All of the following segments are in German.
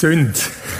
Sünde.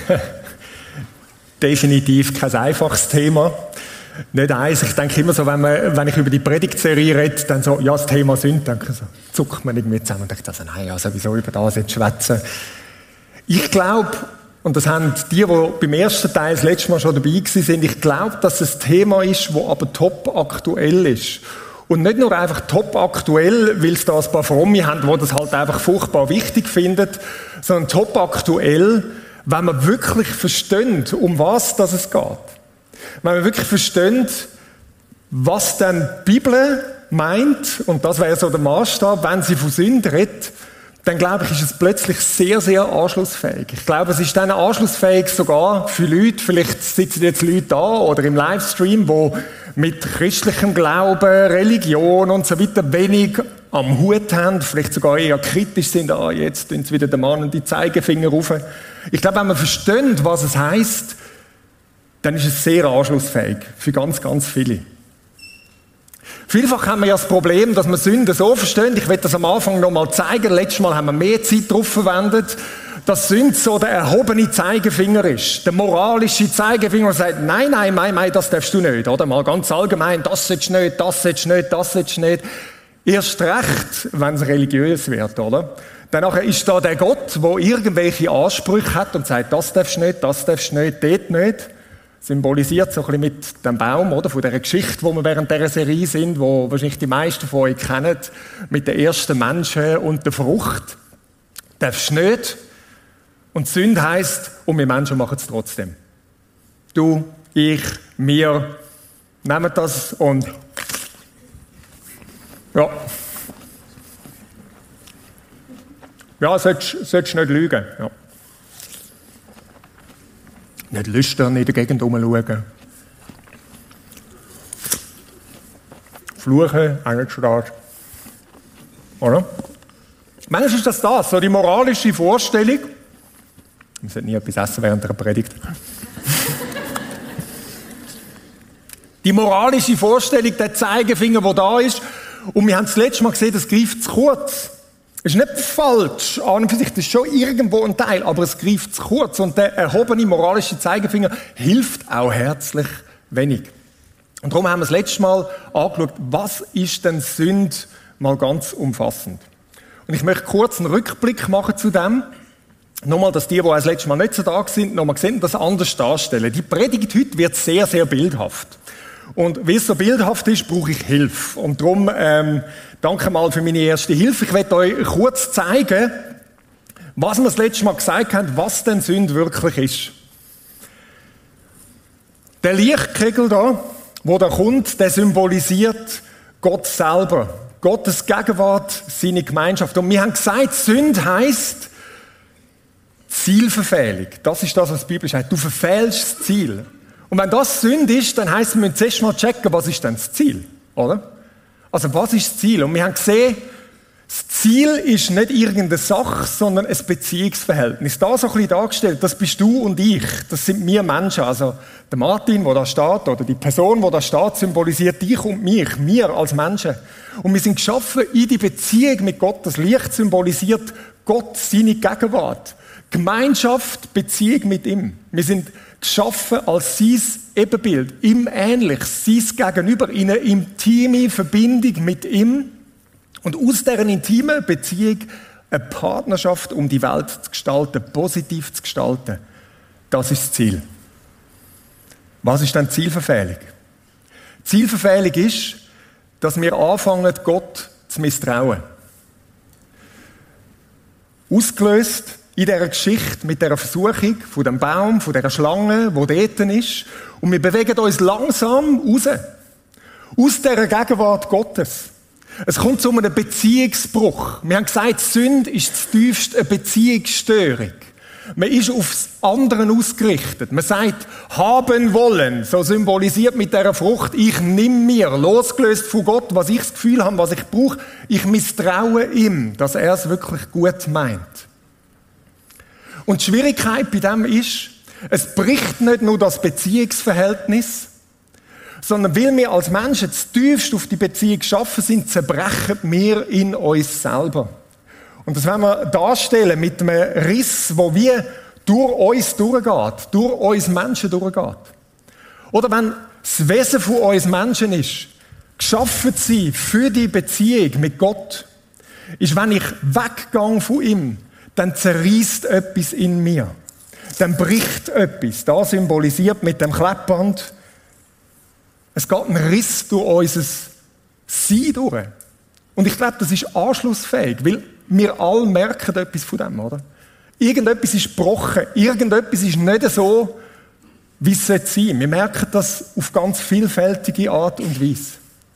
Definitiv kein einfaches Thema. Nicht eins. Ich denke immer so, wenn ich über die Predigtserie rede, dann so, ja, das Thema Sünde, denke so, zuckt man irgendwie zusammen und denkt also, nein, ja, sowieso über das jetzt schwätzen. Ich glaube, und das haben die beim ersten Teil das letzte Mal schon dabei gewesen sind, ich glaube, dass es ein Thema ist, das aber top aktuell ist. Und nicht nur einfach top aktuell, weil es da ein paar Fromme haben, die das halt einfach furchtbar wichtig finden, sondern top aktuell, wenn man wirklich versteht, um was das es geht. Wenn man wirklich versteht, was dann die Bibel meint, und das wäre so der Maßstab, wenn sie von Sünde redet, dann glaube ich, ist es plötzlich sehr, sehr anschlussfähig. Ich glaube, es ist dann anschlussfähig sogar für Leute, vielleicht sitzen jetzt Leute da oder im Livestream, die mit christlichem Glauben, Religion und so weiter wenig am Hut haben, vielleicht sogar eher kritisch sind, jetzt tun sie wieder den Mann und die Zeigefinger rauf. Ich glaube, wenn man versteht, was es heisst, dann ist es sehr anschlussfähig für ganz, ganz viele. Vielfach haben wir ja das Problem, dass wir Sünden so verstehen. Ich werde das am Anfang noch mal zeigen. Letztes Mal haben wir mehr Zeit darauf verwendet, dass Sünde so der erhobene Zeigefinger ist. Der moralische Zeigefinger, der sagt, nein, das darfst du nicht. Oder mal ganz allgemein, das sollst du nicht, das sollst du nicht, das sollst du nicht. Erst recht, wenn es religiös wird, oder? Danach ist da der Gott, der irgendwelche Ansprüche hat und sagt, das darfst du nicht, dort nicht. Symbolisiert so ein bisschen mit dem Baum, oder? Von dieser Geschichte, wo wir während dieser Serie sind, wo wahrscheinlich die meisten von euch kennen, mit den ersten Menschen und der Frucht. Darfst du nicht. Und Sünde heisst, und wir Menschen machen es trotzdem. Du, ich, wir nehmen das und ja, solltest nicht lügen. Ja. Nicht lüstern in der Gegend rumschauen. Fluchen, Engelstraße. Oder? Manchmal ist das, so die moralische Vorstellung. Man sollte nie etwas essen während einer Predigt. Die moralische Vorstellung, der Zeigefinger, der da ist. Und wir haben das letzte Mal gesehen, das greift zu kurz. Das ist nicht falsch, an und für sich, das ist schon irgendwo ein Teil, aber es greift zu kurz und der erhobene moralische Zeigefinger hilft auch herzlich wenig. Und darum haben wir das letzte Mal angeschaut, was ist denn Sünde, mal ganz umfassend. Und ich möchte kurz einen Rückblick machen zu dem, nochmal, dass die das letzte Mal nicht so da sind, nochmal gesehen und das anders darstellen. Die Predigt heute wird sehr, sehr bildhaft. Und weil es so bildhaft ist, brauche ich Hilfe. Und darum danke mal für meine erste Hilfe. Ich werde euch kurz zeigen, was wir das letzte Mal gesagt haben, was denn Sünde wirklich ist. Der Lichtkegel da, wo da kommt, der symbolisiert Gott selber. Gottes Gegenwart, seine Gemeinschaft. Und wir haben gesagt, Sünde heisst Zielverfehlung. Das ist das, was die Bibel sagt. Du verfehlst das Ziel. Und wenn das Sünde ist, dann heisst, wir müssen zuerst mal checken, was ist denn das Ziel, oder? Also, was ist das Ziel? Und wir haben gesehen, das Ziel ist nicht irgendeine Sache, sondern ein Beziehungsverhältnis. Da so ein bisschen dargestellt, das bist du und ich. Das sind wir Menschen. Also, der Martin, der da steht, oder die Person, die da steht, symbolisiert dich und mich. Wir als Menschen. Und wir sind geschaffen in die Beziehung mit Gott. Das Licht symbolisiert Gott, seine Gegenwart. Gemeinschaft, Beziehung mit ihm. Wir sind geschaffen als sein Ebenbild, ihm ähnlich, sein Gegenüber, in einer intime Verbindung mit ihm und aus dieser intimen Beziehung eine Partnerschaft, um die Welt zu gestalten, positiv zu gestalten. Das ist das Ziel. Was ist dann Zielverfehlung? Zielverfehlung ist, dass wir anfangen, Gott zu misstrauen. Ausgelöst in dieser Geschichte mit dieser Versuchung von dem Baum, von dieser Schlange, die dort ist. Und wir bewegen uns langsam raus. Aus dieser Gegenwart Gottes. Es kommt zu einem Beziehungsbruch. Wir haben gesagt, Sünde ist zutiefst eine Beziehungsstörung. Man ist aufs andere ausgerichtet. Man sagt, haben wollen. So symbolisiert mit dieser Frucht, ich nehme mir, losgelöst von Gott, was ich das Gefühl habe, was ich brauche. Ich misstraue ihm, dass er es wirklich gut meint. Und die Schwierigkeit bei dem ist, es bricht nicht nur das Beziehungsverhältnis, sondern weil wir als Menschen zutiefst auf die Beziehung geschaffen sind, zerbrechen wir in uns selber. Und das wollen wir darstellen mit einem Riss, wo wir durch uns durchgeht, durch uns Menschen durchgeht. Oder wenn das Wesen von uns Menschen ist, geschaffen zu sein für die Beziehung mit Gott, ist, wenn ich weggehe von ihm, dann zerreißt etwas in mir. Dann bricht etwas. Das symbolisiert mit dem Klebband. Es geht ein Riss durch unser Sein durch. Und ich glaube, das ist anschlussfähig, weil wir alle merken etwas von dem, oder? Irgendetwas ist gebrochen, irgendetwas ist nicht so, wie es sein sollte. Wir merken das auf ganz vielfältige Art und Weise.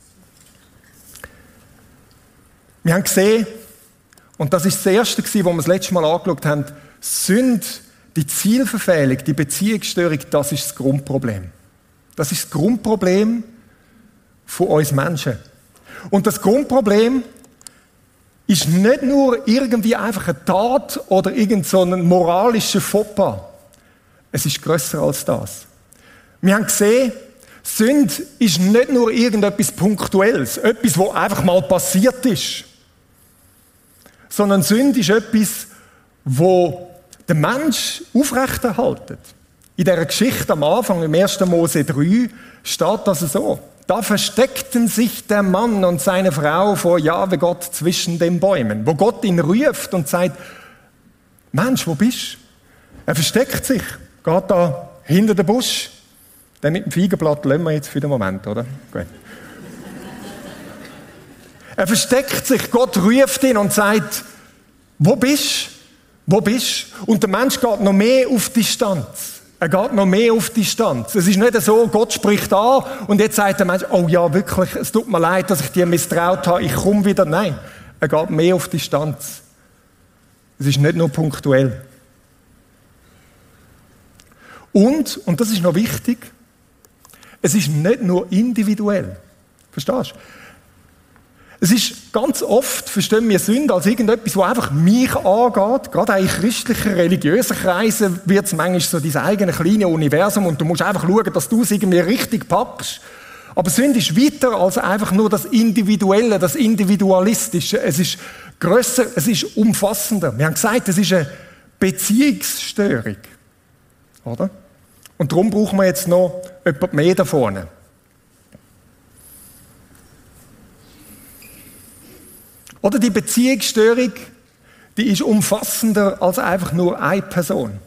Wir haben gesehen, und das ist das Erste, was wir das letzte Mal angeschaut haben, Sünde, die Zielverfehlung, die Beziehungsstörung, das ist das Grundproblem. Das ist das Grundproblem von uns Menschen. Und das Grundproblem ist nicht nur irgendwie einfach eine Tat oder irgend so ein moralischer Fauxpas. Es ist grösser als das. Wir haben gesehen, Sünde ist nicht nur irgendetwas Punktuelles, etwas, was einfach mal passiert ist. Sondern Sünde ist etwas, wo der Mensch aufrechterhaltet. In dieser Geschichte am Anfang, im 1. Mose 3, steht das so. Da versteckten sich der Mann und seine Frau vor Jahwe Gott zwischen den Bäumen. Wo Gott ihn ruft und sagt, Mensch, wo bist du? Er versteckt sich, geht da hinter den Busch. Den mit dem Feigenblatt lassen wir jetzt für den Moment, oder? Gut. Er versteckt sich, Gott ruft ihn und sagt, wo bist du? Wo bist du? Und der Mensch geht noch mehr auf Distanz. Er geht noch mehr auf Distanz. Es ist nicht so, Gott spricht an und jetzt sagt der Mensch, oh ja, wirklich, es tut mir leid, dass ich dir misstraut habe, ich komme wieder. Nein, er geht mehr auf Distanz. Es ist nicht nur punktuell. Und das ist noch wichtig, es ist nicht nur individuell. Verstehst du? Es ist ganz oft, verstehen wir Sünde als irgendetwas, was einfach mich angeht. Gerade auch in christlichen, religiösen Kreisen wird es manchmal so dein eigenes kleines Universum und du musst einfach schauen, dass du es irgendwie richtig packst. Aber Sünde ist weiter als einfach nur das Individuelle, das Individualistische. Es ist grösser, es ist umfassender. Wir haben gesagt, es ist eine Beziehungsstörung. Oder? Und darum brauchen wir jetzt noch jemand mehr da vorne. Oder die Beziehungsstörung, die ist umfassender als einfach nur eine Person.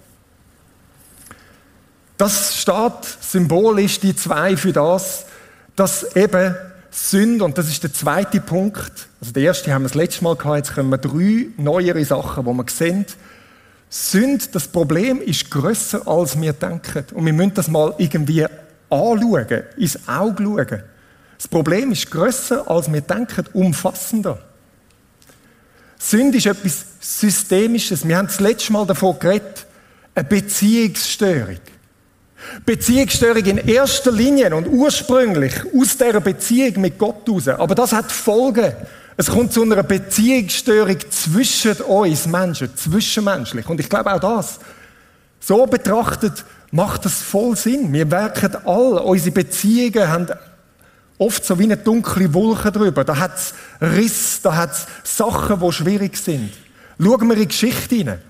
Das steht symbolisch, die zwei, für das, dass eben Sünde, und das ist der zweite Punkt, also der erste haben wir das letzte Mal gehabt, jetzt können wir 3 neuere Sachen, die wir sehen. Sünde, das Problem ist grösser, als wir denken. Und wir müssen das mal irgendwie anschauen, ins Auge schauen. Das Problem ist grösser, als wir denken, umfassender. Sünde ist etwas Systemisches. Wir haben das letzte Mal davon geredet. Eine Beziehungsstörung. Beziehungsstörung in erster Linie und ursprünglich aus dieser Beziehung mit Gott heraus. Aber das hat Folgen. Es kommt zu einer Beziehungsstörung zwischen uns Menschen, zwischenmenschlich. Und ich glaube auch das, so betrachtet, macht das voll Sinn. Wir merken alle, unsere Beziehungen haben oft so wie eine dunkle Wolke drüber. Da hat es Riss, da hat es Sachen, die schwierig sind. Schauen wir in die Geschichte hinein.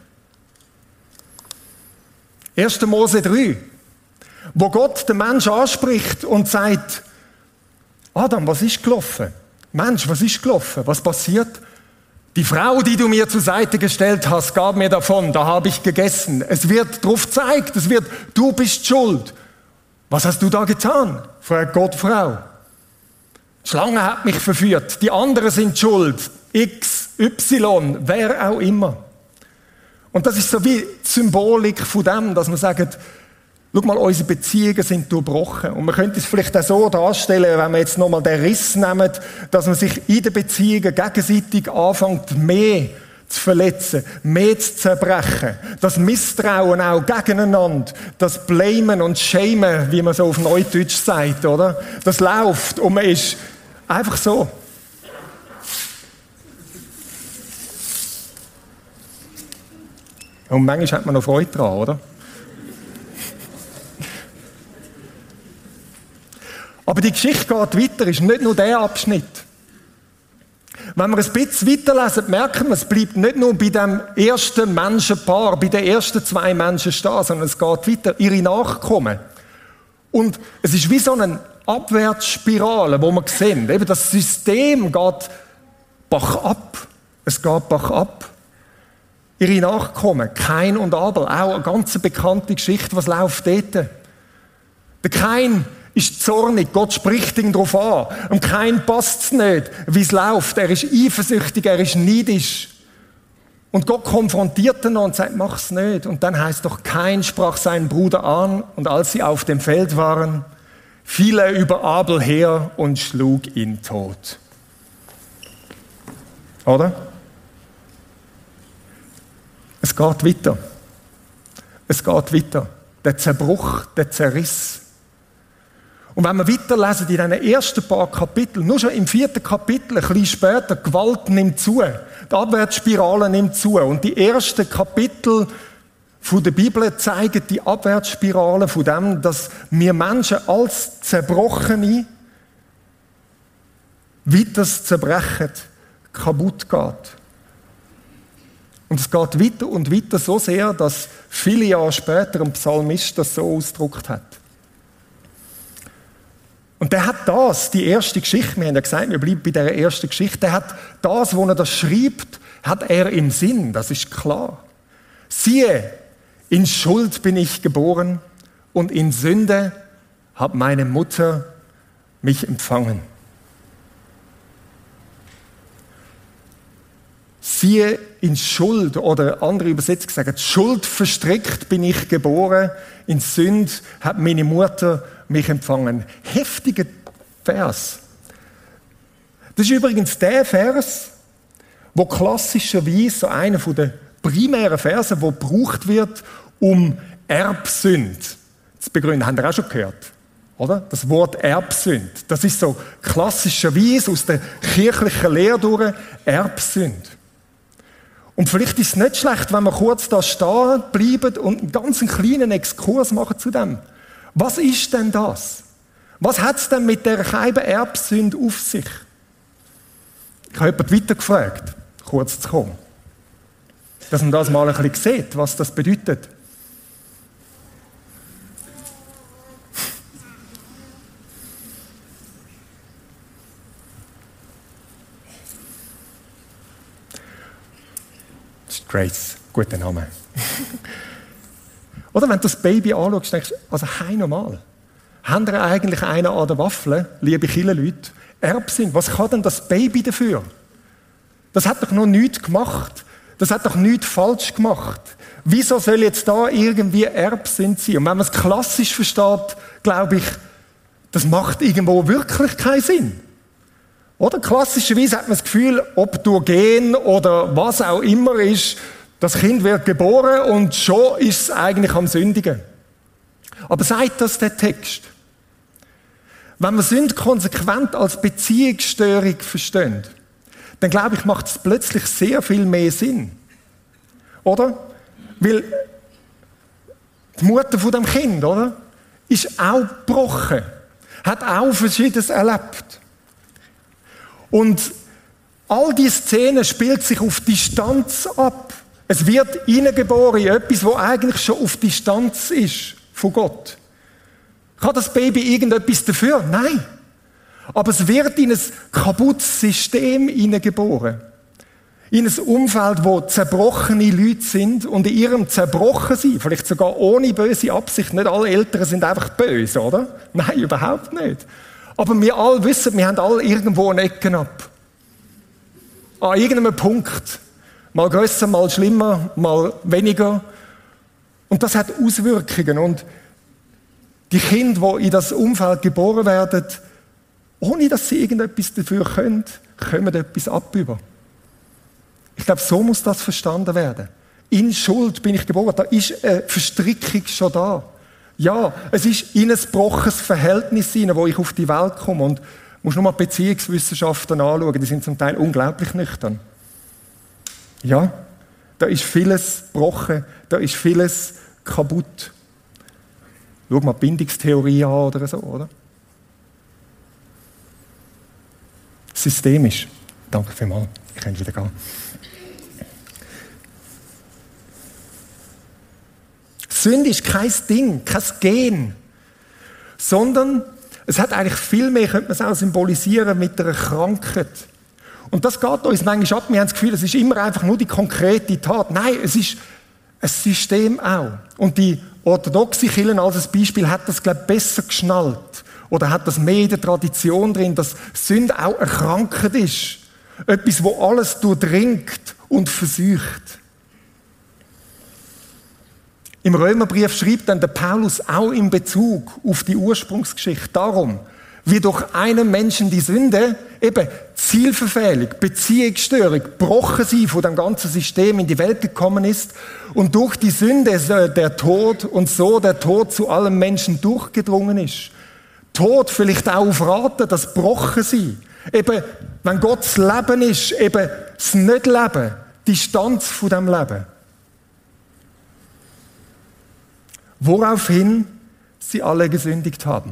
1. Mose 3, wo Gott den Menschen anspricht und sagt, Adam, was ist gelaufen? Mensch, was ist gelaufen? Was passiert? Die Frau, die du mir zur Seite gestellt hast, gab mir davon, da habe ich gegessen. Es wird darauf gezeigt, du bist schuld. Was hast du da getan? Fragt Gott Frau. Die Schlange hat mich verführt, die anderen sind schuld, X, Y, wer auch immer. Und das ist so wie die Symbolik von dem, dass man sagt, schau mal, unsere Beziehungen sind durchbrochen. Und man könnte es vielleicht auch so darstellen, wenn wir jetzt nochmal den Riss nehmen, dass man sich in den Beziehungen gegenseitig anfängt, mehr zu verletzen, mehr zu zerbrechen. Das Misstrauen auch gegeneinander, das Blamen und Shamen, wie man so auf Neudeutsch sagt, oder? Das läuft und man ist einfach so. Und manchmal hat man noch Freude daran, oder? Aber die Geschichte geht weiter, ist nicht nur der Abschnitt. Wenn wir ein bisschen weiterlesen, merken wir, es bleibt nicht nur bei dem ersten Menschenpaar, bei den ersten 2 Menschen stehen, sondern es geht weiter, ihre Nachkommen. Und es ist wie so eine Abwärtsspirale, wo wir sehen, eben das System geht bachabab. Es geht bachabab. Ihre Nachkommen, Kain und Abel, auch eine ganz bekannte Geschichte, was läuft dort. Der Kain ist zornig, Gott spricht ihn darauf an. Und Kain passt es nicht, wie es läuft. Er ist eifersüchtig, er ist neidisch. Und Gott konfrontiert ihn und sagt, mach's nicht. Und dann heißt doch, Kain sprach seinen Bruder an, und als sie auf dem Feld waren, fiel er über Abel her und schlug ihn tot. Oder? Es geht weiter. Es geht weiter. Der Zerbruch, der Zerriss. Und wenn wir weiterlesen in diesen ersten paar Kapiteln, nur schon im 4. Kapitel, ein bisschen später, Gewalt nimmt zu. Die Abwärtsspirale nimmt zu. Und die ersten Kapitel von der Bibel zeigen die Abwärtsspirale von dem, dass wir Menschen als Zerbrochene weiter zerbrechen, kaputt geht. Und es geht weiter und weiter so sehr, dass viele Jahre später ein Psalmist das so ausgedrückt hat. Und der hat die erste Geschichte, wir haben ja gesagt, wir bleiben bei dieser ersten Geschichte, der hat das, wo er das schreibt, hat er im Sinn, das ist klar. Siehe, in Schuld bin ich geboren und in Sünde hat meine Mutter mich empfangen. Siehe, in Schuld, oder andere Übersetzungen sagen, Schuld verstrickt bin ich geboren, in Sünde hat meine Mutter mich empfangen. Heftiger Vers. Das ist übrigens der Vers, wo klassischerweise so einer der primären Verse, der gebraucht wird, um Erbsünde zu begründen. Habt ihr auch schon gehört? Oder? Das Wort Erbsünde. Das ist so klassischerweise aus der kirchlichen Lehre durch Erbsünde. Und vielleicht ist es nicht schlecht, wenn wir kurz da stehen bleiben und einen ganz kleinen Exkurs machen zu dem. Was ist denn das? Was hat es denn mit dieser Scheibe Erbsünde auf sich? Ich habe jemanden weitergefragt, kurz zu kommen. Dass man das mal ein bisschen sieht, was das bedeutet. Grace, guter Name. Oder wenn du das Baby anschaust, denkst du, also hey normal. Haben wir eigentlich einen an der Waffel, liebe Kirchenleute? Erbsinn, was kann denn das Baby dafür? Das hat doch noch nichts gemacht. Das hat doch nichts falsch gemacht. Wieso soll jetzt da irgendwie Erbsinn sein? Und wenn man es klassisch versteht, glaube ich, das macht irgendwo wirklich keinen Sinn. Oder? Klassischerweise hat man das Gefühl, ob durch Gen oder was auch immer ist, das Kind wird geboren und schon ist es eigentlich am Sündigen. Aber sagt das der Text? Wenn wir Sünde konsequent als Beziehungsstörung verstehen, dann glaube ich, macht es plötzlich sehr viel mehr Sinn. Oder? Weil die Mutter von dem Kind, oder? Ist auch gebrochen. Hat auch Verschiedenes erlebt. Und all diese Szenen spielt sich auf Distanz ab. Es wird hineingeboren in etwas, das eigentlich schon auf Distanz ist von Gott. Kann das Baby irgendetwas dafür? Nein. Aber es wird in ein kaputtes System hineingeboren. In ein Umfeld, wo zerbrochene Leute sind und in ihrem Zerbrochensein, vielleicht sogar ohne böse Absicht, nicht alle Eltern sind einfach böse, oder? Nein, überhaupt nicht. Aber wir alle wissen, wir haben alle irgendwo eine Ecke ab. An irgendeinem Punkt. Mal grösser, mal schlimmer, mal weniger. Und das hat Auswirkungen. Und die Kinder, die in das Umfeld geboren werden, ohne dass sie irgendetwas dafür können, kommen etwas ab über. Ich glaube, so muss das verstanden werden. In Schuld bin ich geboren. Da ist eine Verstrickung schon da. Ja, es ist in ein gebrochenes Verhältnis hinein, wo ich auf die Welt komme. Und musst nur mal Beziehungswissenschaften anschauen, die sind zum Teil unglaublich nüchtern. Ja, da ist vieles gebrochen, da ist vieles kaputt. Schau mal Bindungstheorie an oder so, oder? Systemisch. Danke vielmals. Ich kann wieder gehen. Sünde ist kein Ding, kein Gen, sondern es hat eigentlich viel mehr, könnte man es auch symbolisieren, mit einer Krankheit. Und das geht uns manchmal ab. Wir haben das Gefühl, es ist immer einfach nur die konkrete Tat. Nein, es ist ein System auch. Und die orthodoxe Kirche als Beispiel hat das, glaube ich, besser geschnallt. Oder hat das mehr in der Tradition drin, dass Sünde auch eine Krankheit ist. Etwas, wo alles durchdringt und versucht. Im Römerbrief schreibt dann der Paulus auch in Bezug auf die Ursprungsgeschichte darum, wie durch einen Menschen die Sünde, eben Zielverfehlung, Beziehungsstörung, gebrochen sie von dem ganzen System in die Welt gekommen ist und durch die Sünde der Tod und so der Tod zu allen Menschen durchgedrungen ist. Tod vielleicht auch auf Raten, das gebrochen sie. Eben, wenn Gottes Leben ist, eben das Nicht-Leben, die Distanz von dem Leben. Woraufhin sie alle gesündigt haben.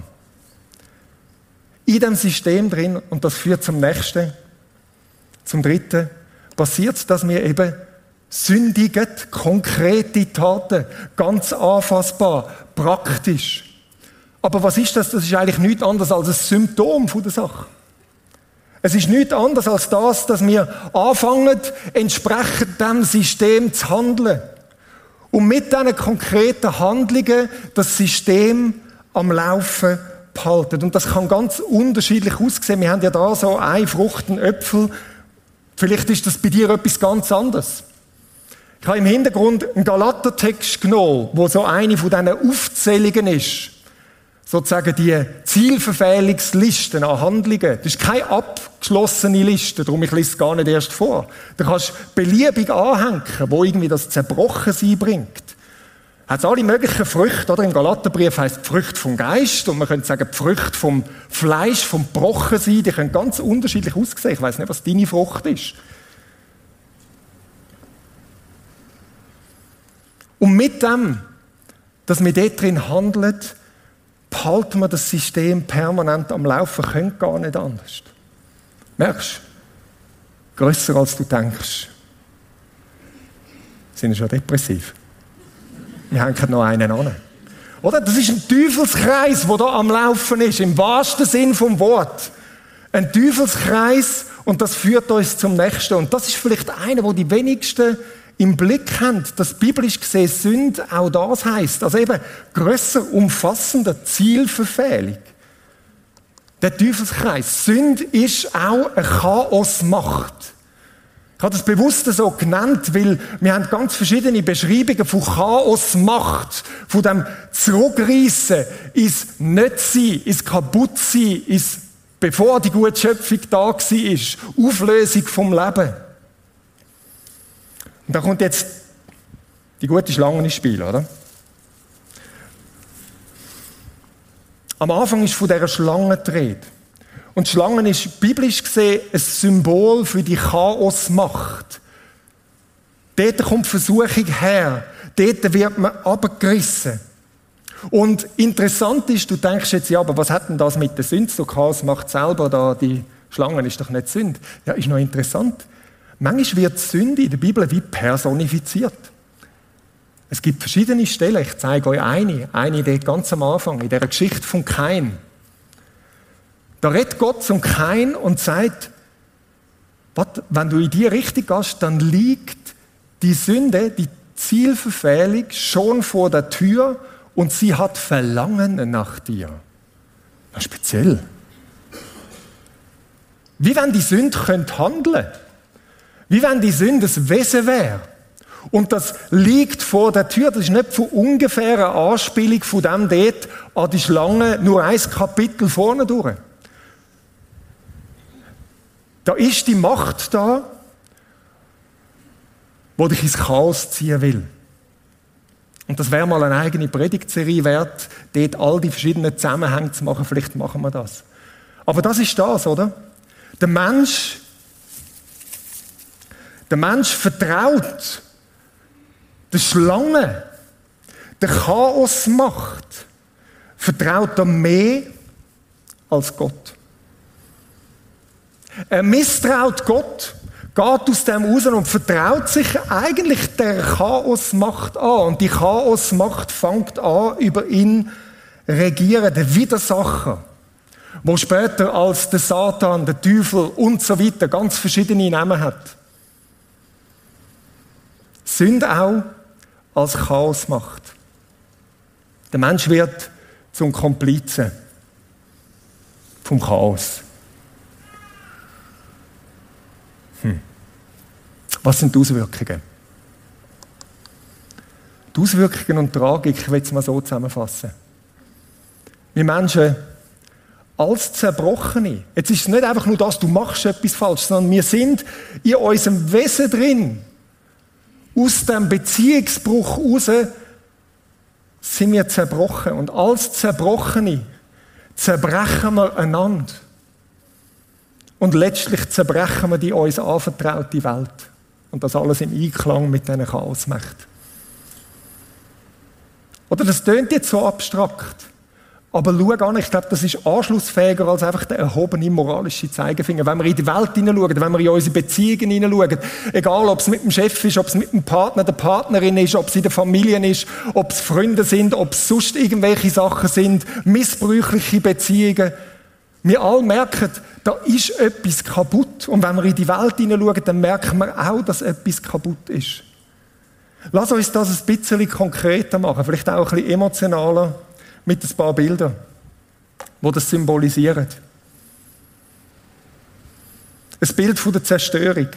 In dem System drin, und das führt zum nächsten, zum dritten, passiert es, dass wir eben sündigen, konkrete Taten, ganz anfassbar, praktisch. Aber was ist das? Das ist eigentlich nichts anderes als ein Symptom von der Sache. Es ist nichts anderes als das, dass wir anfangen, entsprechend dem System zu handeln. Und mit diesen konkreten Handlungen das System am Laufen behalten. Und das kann ganz unterschiedlich aussehen. Wir haben ja da so eine Frucht, einen Äpfel. Vielleicht ist das bei dir etwas ganz anderes. Ich habe im Hintergrund einen Galatertext genommen, wo so eine von diesen Aufzählungen ist. Sozusagen die Zielverfehlungslisten an Handlungen. Das ist keine abgeschlossene Liste, darum ich lese es gar nicht erst vor. Da kannst du beliebig anhängen, wo irgendwie das Zerbrochensein bringt. Hat es alle möglichen Früchte, oder? Im Galaterbrief heisst die Früchte vom Geist und man könnte sagen, die Früchte vom Fleisch, vom Brochensein, die können ganz unterschiedlich aussehen. Ich weiss nicht, was deine Frucht ist. Und mit dem, dass wir dort drin handeln, behalten wir das System permanent am Laufen, können gar nicht anders. Merkst du? Grösser als du denkst. Sind wir schon depressiv? Wir hängen noch einen an. Oder? Das ist ein Teufelskreis, der da am Laufen ist, im wahrsten Sinn vom Wort. Ein Teufelskreis und das führt uns zum Nächsten. Und das ist vielleicht einer, wo die wenigsten im Blick haben, dass biblisch gesehen Sünde auch das heisst. Also eben grösser, umfassender Zielverfehlung. Der Teufelskreis. Sünde ist auch eine Chaosmacht. Ich habe das bewusst so genannt, weil wir haben ganz verschiedene Beschreibungen von Chaosmacht, von dem Zurückreissen ins Nichtsein, ins Kaputtsein, ins, bevor die gute Schöpfung da war, Auflösung vom Leben. Und da kommt jetzt die gute Schlange ins Spiel, oder? Am Anfang ist von dieser Schlange die Rede. Und die Schlange ist biblisch gesehen ein Symbol für die Chaosmacht. Dort kommt Versuchung her. Dort wird man abgerissen. Und interessant ist, du denkst jetzt, ja, aber was hat denn das mit der Sünde? So Chaosmacht selber da, die Schlange ist doch nicht Sünde. Ja, ist noch interessant. Manchmal wird Sünde in der Bibel wie personifiziert. Es gibt verschiedene Stellen, ich zeige euch eine dort ganz am Anfang, in der Geschichte von Kain. Da redet Gott zum Kain und sagt, wenn du in die Richtung gehst, dann liegt die Sünde, die Zielverfehlung schon vor der Tür und sie hat Verlangen nach dir. Das ist speziell. Wie wenn die Sünde handeln könnte. Wie wenn die Sünde ein Wesen wäre. Und das liegt vor der Tür. Das ist nicht von ungefähr eine Anspielung von dem dort an die Schlange, nur ein Kapitel vorne durch. Da ist die Macht da, die dich ins Chaos ziehen will. Und das wäre mal eine eigene Predigtserie wert, dort all die verschiedenen Zusammenhänge zu machen. Vielleicht machen wir das. Aber das ist das, oder? Der Mensch vertraut der Schlange, der Chaosmacht, vertraut er mehr als Gott. Er misstraut Gott, geht aus dem raus und vertraut sich eigentlich der Chaosmacht an. Und die Chaosmacht fängt an, über ihn regieren, der Widersacher, wo später als der Satan, der Teufel und so weiter ganz verschiedene Namen hat. Sünde auch als Chaosmacht. Der Mensch wird zum Komplizen vom Chaos. Was sind die Auswirkungen? Die Auswirkungen und Tragik, ich will es mal so zusammenfassen. Wir Menschen als Zerbrochene, jetzt ist es nicht einfach nur das, du machst etwas falsch, sondern wir sind in unserem Wesen drin. Aus dem Beziehungsbruch raus sind wir zerbrochen. Und als Zerbrochene zerbrechen wir einander. Und letztlich zerbrechen wir die uns anvertraute Welt. Und das alles im Einklang mit diesen Chaosmächten. Oder das tönt jetzt so abstrakt. Aber schau an, ich glaube, das ist anschlussfähiger als einfach der erhobene moralische Zeigefinger. Wenn wir in die Welt hineinschauen, wenn wir in unsere Beziehungen hineinschauen, egal ob es mit dem Chef ist, ob es mit dem Partner, der Partnerin ist, ob es in der Familie ist, ob es Freunde sind, ob es sonst irgendwelche Sachen sind, missbräuchliche Beziehungen. Wir alle merken, da ist etwas kaputt. Und wenn wir in die Welt hineinschauen, dann merken wir auch, dass etwas kaputt ist. Lass uns das ein bisschen konkreter machen, vielleicht auch ein bisschen emotionaler, mit ein paar Bildern, die das symbolisieren. Ein Bild von der Zerstörung.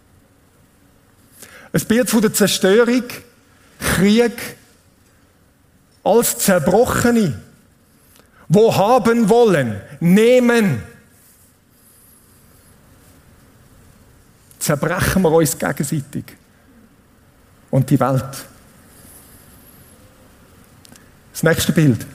Ein Bild von der Zerstörung, Krieg, als Zerbrochene, wo haben wollen, nehmen. Zerbrechen wir uns gegenseitig und die Welt. Das nächste Bild.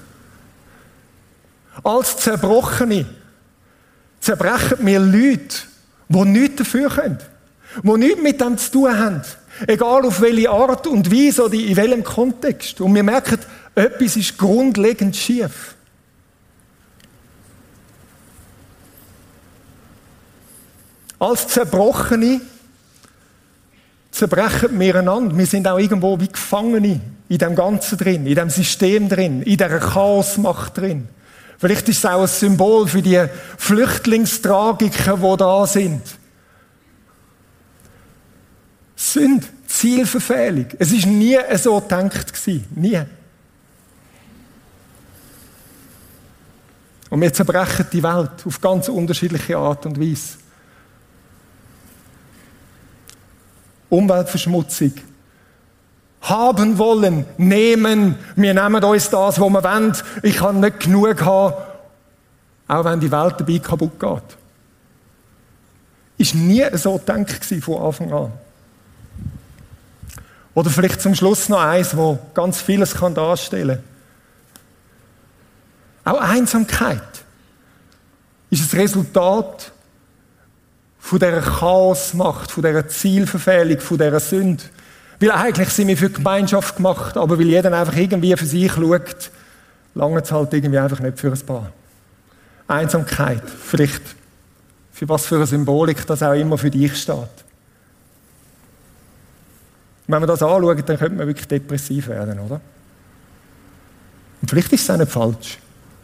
Als Zerbrochene zerbrechen wir Leute, die nichts dafür können, die nichts mit dem zu tun haben. Egal auf welche Art und Weise oder in welchem Kontext. Und wir merken, etwas ist grundlegend schief. Als Zerbrochene zerbrechen wir einander. Wir sind auch irgendwo wie Gefangene in dem Ganzen drin, in dem System drin, in dieser Chaosmacht drin. Vielleicht ist es auch ein Symbol für die Flüchtlingstragiken, die da sind. Sünde, Zielverfehlung. Es war nie so gedacht gewesen. Nie. Und wir zerbrechen die Welt auf ganz unterschiedliche Art und Weise. Umweltverschmutzung. Haben wollen, nehmen. Wir nehmen uns das, was wir wollen. Ich kann nicht genug haben, auch wenn die Welt dabei kaputt geht. Ist nie so gedacht von Anfang an. Oder vielleicht zum Schluss noch eins, wo ganz vieles kann darstellen. Auch Einsamkeit ist das Resultat von dieser Chaosmacht, von dieser Zielverfehlung, von dieser Sünde. Weil eigentlich sind wir für die Gemeinschaft gemacht, aber weil jeder einfach irgendwie für sich schaut, lange es halt irgendwie einfach nicht für ein Paar. Einsamkeit, vielleicht für was für eine Symbolik das auch immer für dich steht. Wenn man das anschaut, dann könnte man wirklich depressiv werden, oder? Und vielleicht ist es auch nicht falsch.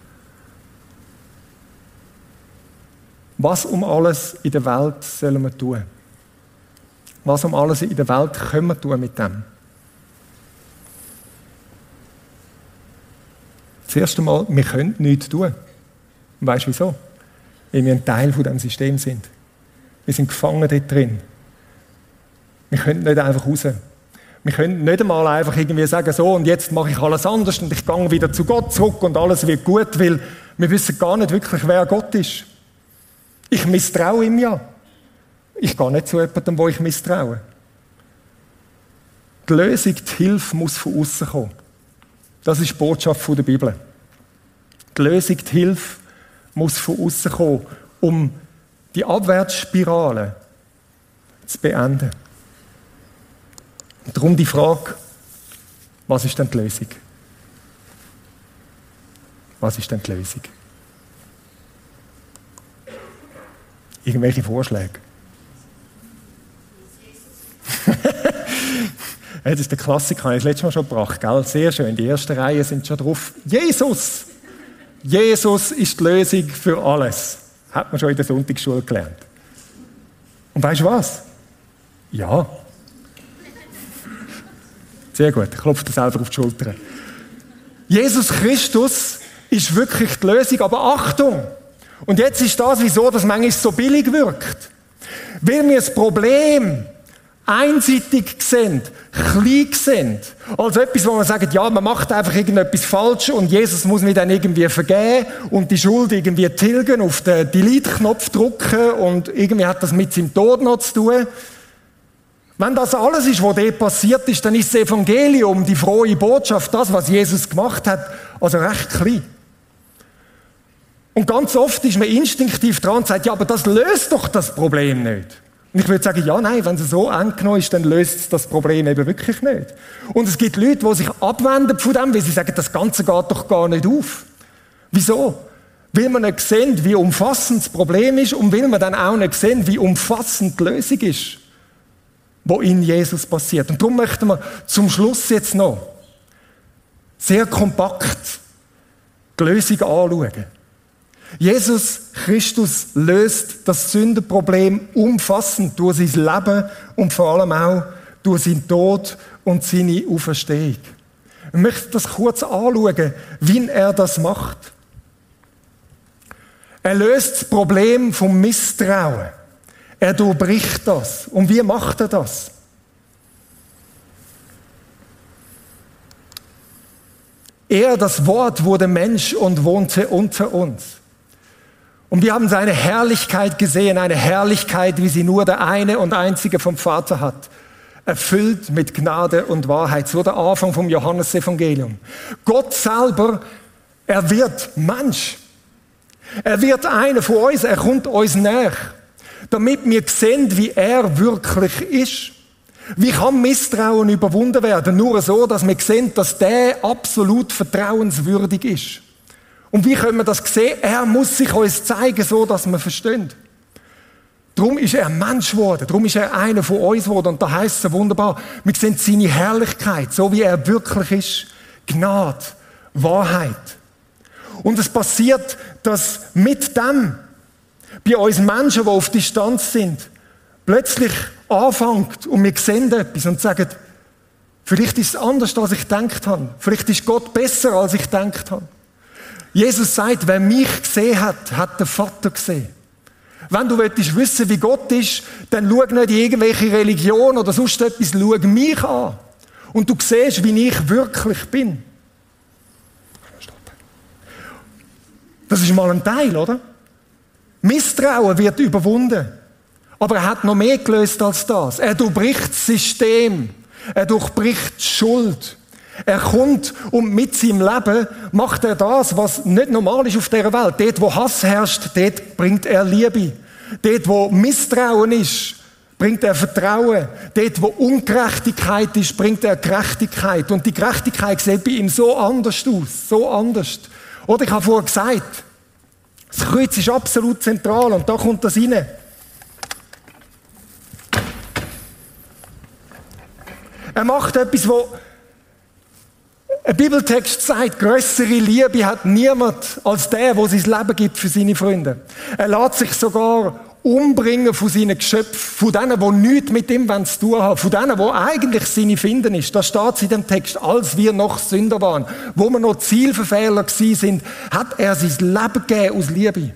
Was um alles in der Welt sollen wir tun? Was um alles in der Welt können wir tun mit dem? Das erste Mal, wir können nichts tun. Und weißt du wieso? Weil wir ein Teil von diesem System sind. Wir sind gefangen dort drin. Wir können nicht einfach raus. Wir können nicht einmal einfach irgendwie sagen, so und jetzt mache ich alles anders und ich gehe wieder zu Gott zurück und alles wird gut, weil wir wissen gar nicht wirklich, wer Gott ist. Ich misstraue ihm ja. Ich gehe nicht zu jemandem, wo ich misstraue. Die Lösung, die Hilfe muss von außen kommen. Das ist die Botschaft der Bibel. Die Lösung, die Hilfe muss von außen kommen, um die Abwärtsspirale zu beenden. Und darum die Frage, was ist denn die Lösung? Was ist denn die Lösung? Irgendwelche Vorschläge? Das ist der Klassiker, habe ich das letzte Mal schon gebracht, gell? Sehr schön, die ersten Reihen sind schon drauf. Jesus! Jesus ist die Lösung für alles. Hat man schon in der Sonntagsschule gelernt. Und weißt du was? Ja. Sehr gut, ich klopfe dir selber auf die Schulter. Jesus Christus ist wirklich die Lösung, aber Achtung! Und jetzt ist das, wieso das manchmal so billig wirkt. Weil wir das Problem einseitig sehen, klein sehen, also etwas, wo man sagt, ja, man macht einfach irgendetwas falsch und Jesus muss mir dann irgendwie vergeben und die Schuld irgendwie tilgen, auf den Delete-Knopf drücken und irgendwie hat das mit seinem Tod noch zu tun. Wenn das alles ist, was dort passiert ist, dann ist das Evangelium, die frohe Botschaft, das, was Jesus gemacht hat, also recht klein. Und ganz oft ist man instinktiv dran und sagt, ja, aber das löst doch das Problem nicht. Und ich würde sagen, ja, nein, wenn es so eng genommen ist, dann löst es das Problem eben wirklich nicht. Und es gibt Leute, die sich abwenden von dem, weil sie sagen, das Ganze geht doch gar nicht auf. Wieso? Weil man nicht sehen, wie umfassend das Problem ist und weil man dann auch nicht sehen, wie umfassend die Lösung ist, die in Jesus passiert. Und darum möchten wir zum Schluss jetzt noch sehr kompakt die Lösung anschauen. Jesus Christus löst das Sündenproblem umfassend durch sein Leben und vor allem auch durch seinen Tod und seine Auferstehung. Ich möchte das kurz anschauen, wie er das macht. Er löst das Problem vom Misstrauen. Er durchbricht das. Und wie macht er das? Er, das Wort, wurde Mensch und wohnte unter uns. Und wir haben seine Herrlichkeit gesehen, eine Herrlichkeit, wie sie nur der eine und einzige vom Vater hat. Erfüllt mit Gnade und Wahrheit. So der Anfang vom Johannesevangelium. Gott selber, er wird Mensch. Er wird einer von uns, er kommt uns näher. Damit wir sehen, wie er wirklich ist. Wie kann Misstrauen überwunden werden? Nur so, dass wir sehen, dass der absolut vertrauenswürdig ist. Und wie können wir das sehen? Er muss sich uns zeigen, so dass wir verstehen. Darum ist er Mensch geworden. Darum ist er einer von uns geworden. Und da heisst es so wunderbar, wir sehen seine Herrlichkeit, so wie er wirklich ist. Gnade, Wahrheit. Und es passiert, dass mit dem bei uns Menschen, die auf Distanz sind, plötzlich anfängt und wir sehen etwas und sagen, vielleicht ist es anders, als ich gedacht habe. Vielleicht ist Gott besser, als ich gedacht habe. Jesus sagt, wer mich gesehen hat, hat den Vater gesehen. Wenn du wissen willst, wie Gott ist, dann schau nicht in irgendwelche Religion oder sonst etwas, schau mich an. Und du siehst, wie ich wirklich bin. Das ist mal ein Teil, oder? Misstrauen wird überwunden. Aber er hat noch mehr gelöst als das. Er durchbricht das System. Er durchbricht die Schuld. Er kommt und mit seinem Leben macht er das, was nicht normal ist auf dieser Welt. Dort, wo Hass herrscht, dort bringt er Liebe. Dort, wo Misstrauen ist, bringt er Vertrauen. Dort, wo Ungerechtigkeit ist, bringt er Gerechtigkeit. Und die Gerechtigkeit sieht bei ihm so anders aus. So anders. Oder ich habe vorher gesagt, das Kreuz ist absolut zentral und da kommt das rein. Er macht etwas, wo ein Bibeltext sagt, grössere Liebe hat niemand als der sein Leben gibt für seine Freunde. Er lässt sich sogar umbringen von seinen Geschöpfen, von denen, die nichts mit ihm zu tun haben, von denen, die eigentlich seine Finden ist. Da steht es in dem Text, als wir noch Sünder waren, wo wir noch Zielverfehler gewesen sind, hat er sein Leben gegeben aus Liebe.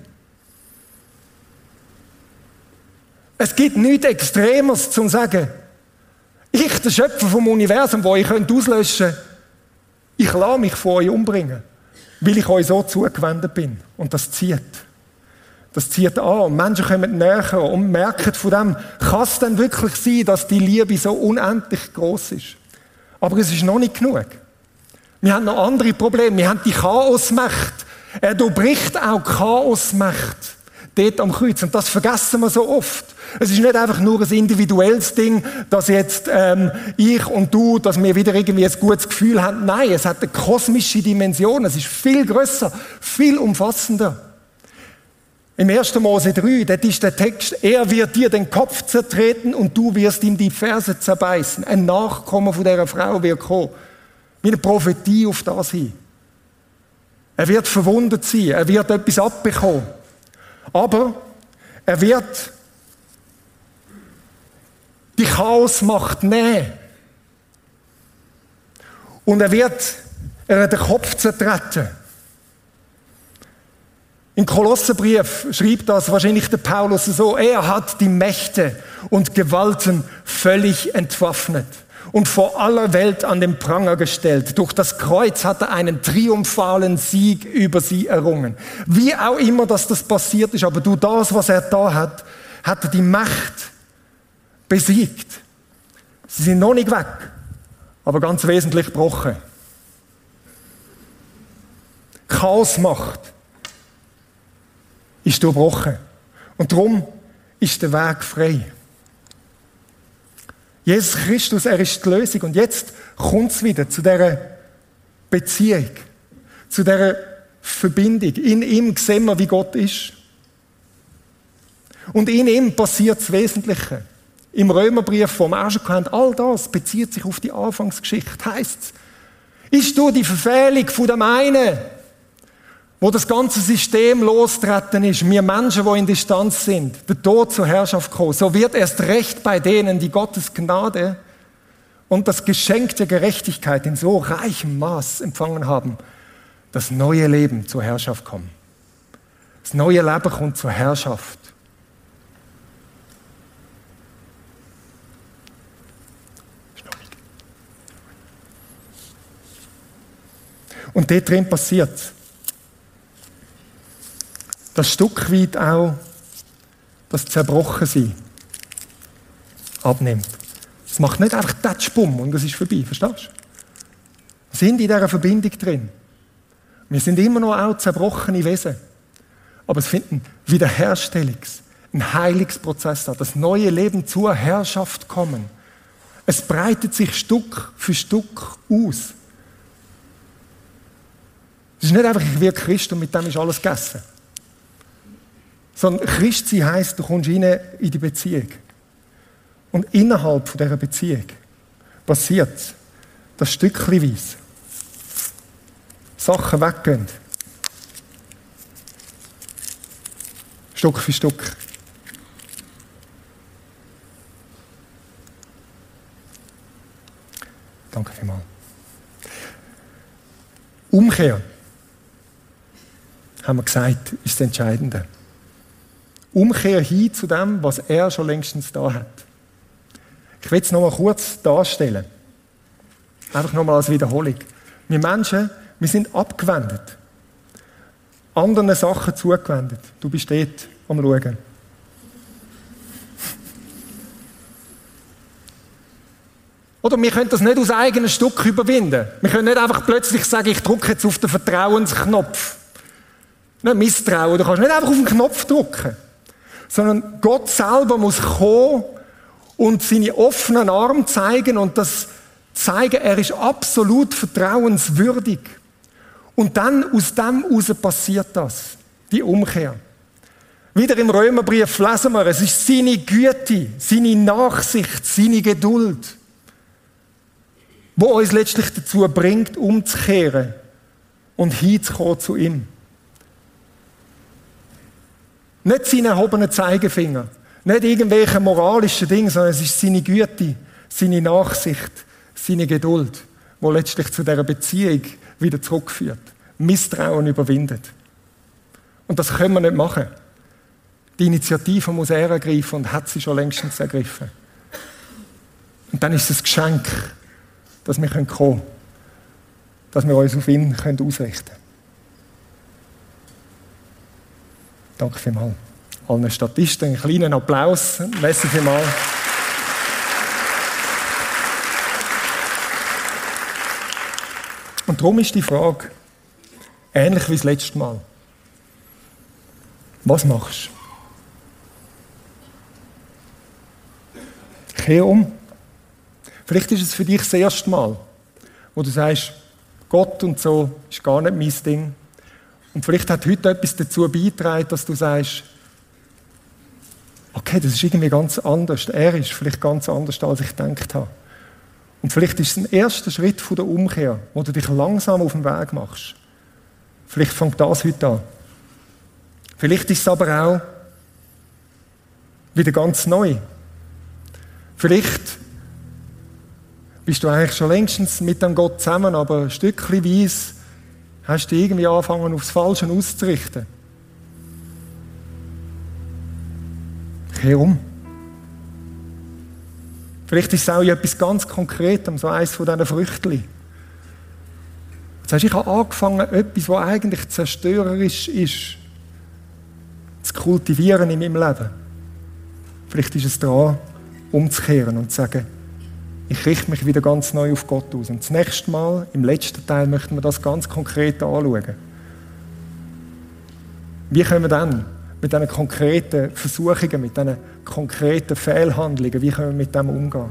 Es gibt nichts Extremes zum sagen, ich, der Schöpfer vom Universum, wo ich auslöschen könnte, ich lasse mich von euch umbringen, weil ich euch so zugewendet bin. Und das zieht. Das zieht an. Und Menschen kommen näher und merken von dem, kann es denn wirklich sein, dass die Liebe so unendlich groß ist? Aber es ist noch nicht genug. Wir haben noch andere Probleme. Wir haben die Chaosmacht. Er durchbricht auch Chaosmacht dort am Kreuz. Und das vergessen wir so oft. Es ist nicht einfach nur ein individuelles Ding, dass jetzt ich und du, dass wir wieder irgendwie ein gutes Gefühl haben. Nein, es hat eine kosmische Dimension. Es ist viel grösser, viel umfassender. Im 1. Mose 3, dort ist der Text, er wird dir den Kopf zertreten und du wirst ihm die Ferse zerbeißen. Ein Nachkommen von dieser Frau wird kommen. Wie eine Prophetie auf das hin. Er wird verwundet sein, er wird etwas abbekommen. Aber er wird die Chaosmacht nehmen. Und er wird den Kopf zertreten. Im Kolosserbrief schreibt das wahrscheinlich der Paulus so, er hat die Mächte und Gewalten völlig entwaffnet und vor aller Welt an den Pranger gestellt. Durch das Kreuz hat er einen triumphalen Sieg über sie errungen. Wie auch immer, dass das passiert ist, aber durch das, was er da hat, hat er die Macht besiegt. Sie sind noch nicht weg, aber ganz wesentlich gebrochen. Chaosmacht ist durchbrochen. Und darum ist der Weg frei. Jesus Christus, er ist die Lösung. Und jetzt kommt es wieder zu dieser Beziehung, zu dieser Verbindung. In ihm sehen wir, wie Gott ist. Und in ihm passiert das Wesentliche. Im Römerbrief vom ersten Kapitel, all das bezieht sich auf die Anfangsgeschichte. Heisst es, ist durch die Verfehlung von dem einen, wo das ganze System losgetreten ist, wir Menschen, die in Distanz sind, der Tod zur Herrschaft kommen, so wird erst recht bei denen, die Gottes Gnade und das Geschenk der Gerechtigkeit in so reichem Maß empfangen haben, das neue Leben zur Herrschaft kommen. Das neue Leben kommt zur Herrschaft. Und dort drin passiert das Stück weit auch das Zerbrochensein abnimmt. Es macht nicht einfach Tatschbumm und es ist vorbei, verstehst du? Wir sind in dieser Verbindung drin. Wir sind immer noch auch zerbrochene Wesen. Aber es findet ein ein Heilungsprozess statt. Das neue Leben zur Herrschaft kommen. Es breitet sich Stück für Stück aus. Es ist nicht einfach, ich werde Christ und mit dem ist alles gegessen. Sondern Christsein heisst, du kommst rein in die Beziehung. Und innerhalb von dieser Beziehung passiert das stückchenweise. Sachen weggehen. Stück für Stück. Danke vielmals. Umkehr, haben wir gesagt, ist das Entscheidende. Umkehr hin zu dem, was er schon längstens da hat. Ich will es noch mal kurz darstellen. Einfach noch mal als Wiederholung. Wir Menschen, wir sind abgewendet. Anderen Sachen zugewendet. Du bist dort am Schauen. Oder wir können das nicht aus eigenem Stück überwinden. Wir können nicht einfach plötzlich sagen, ich drücke jetzt auf den Vertrauensknopf. Nicht Misstrauen, du kannst nicht einfach auf den Knopf drücken. Sondern Gott selber muss kommen und seine offenen Arme zeigen und das zeigen, er ist absolut vertrauenswürdig. Und dann aus dem heraus passiert das, die Umkehr. Wieder im Römerbrief lesen wir, es ist seine Güte, seine Nachsicht, seine Geduld, wo uns letztlich dazu bringt, umzukehren und hinzukommen zu ihm. Nicht seinen erhobenen Zeigefinger, nicht irgendwelche moralischen Dinge, sondern es ist seine Güte, seine Nachsicht, seine Geduld, die letztlich zu dieser Beziehung wieder zurückführt. Misstrauen überwindet. Und das können wir nicht machen. Die Initiative muss er ergreifen und hat sie schon längstens ergriffen. Und dann ist es ein Geschenk, dass wir kommen können, dass wir uns auf ihn ausrichten können. Danke vielmals. Allen Statisten einen kleinen Applaus. Merci vielmals. Und darum ist die Frage, ähnlich wie das letzte Mal. Was machst du? Kehr um. Vielleicht ist es für dich das erste Mal, wo du sagst, Gott und so ist gar nicht mein Ding. Und vielleicht hat heute etwas dazu beigetragen, dass du sagst, okay, das ist irgendwie ganz anders. Er ist vielleicht ganz anders, als ich gedacht habe. Und vielleicht ist es ein erster Schritt von der Umkehr, wo du dich langsam auf den Weg machst. Vielleicht fängt das heute an. Vielleicht ist es aber auch wieder ganz neu. Vielleicht bist du eigentlich schon längstens mit dem Gott zusammen, aber stückchenweise hast du irgendwie angefangen, aufs Falsche auszurichten. Kehr um. Vielleicht ist es auch etwas ganz Konkretes, so eines von diesen Früchtchen. Jetzt hast du, ich habe angefangen, etwas, was eigentlich zerstörerisch ist, zu kultivieren in meinem Leben. Vielleicht ist es dran, umzukehren und zu sagen, ich richte mich wieder ganz neu auf Gott aus. Und das nächste Mal, im letzten Teil, möchten wir das ganz konkret anschauen. Wie können wir dann mit diesen konkreten Versuchungen, mit diesen konkreten Fehlhandlungen, wie können wir mit dem umgehen?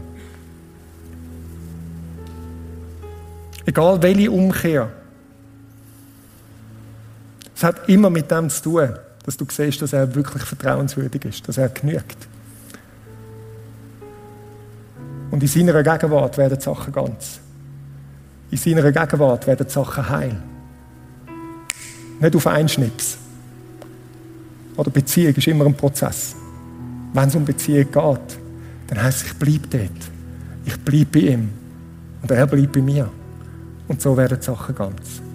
Egal welche Umkehr, es hat immer mit dem zu tun, dass du siehst, dass er wirklich vertrauenswürdig ist, dass er genügt. Und in seiner Gegenwart werden die Sachen ganz. In seiner Gegenwart werden die Sachen heil. Nicht auf einen Schnips. Oder Beziehung ist immer ein Prozess. Wenn es um Beziehung geht, dann heisst es, ich bleibe dort. Ich bleibe bei ihm. Und er bleibt bei mir. Und so werden die Sachen ganz.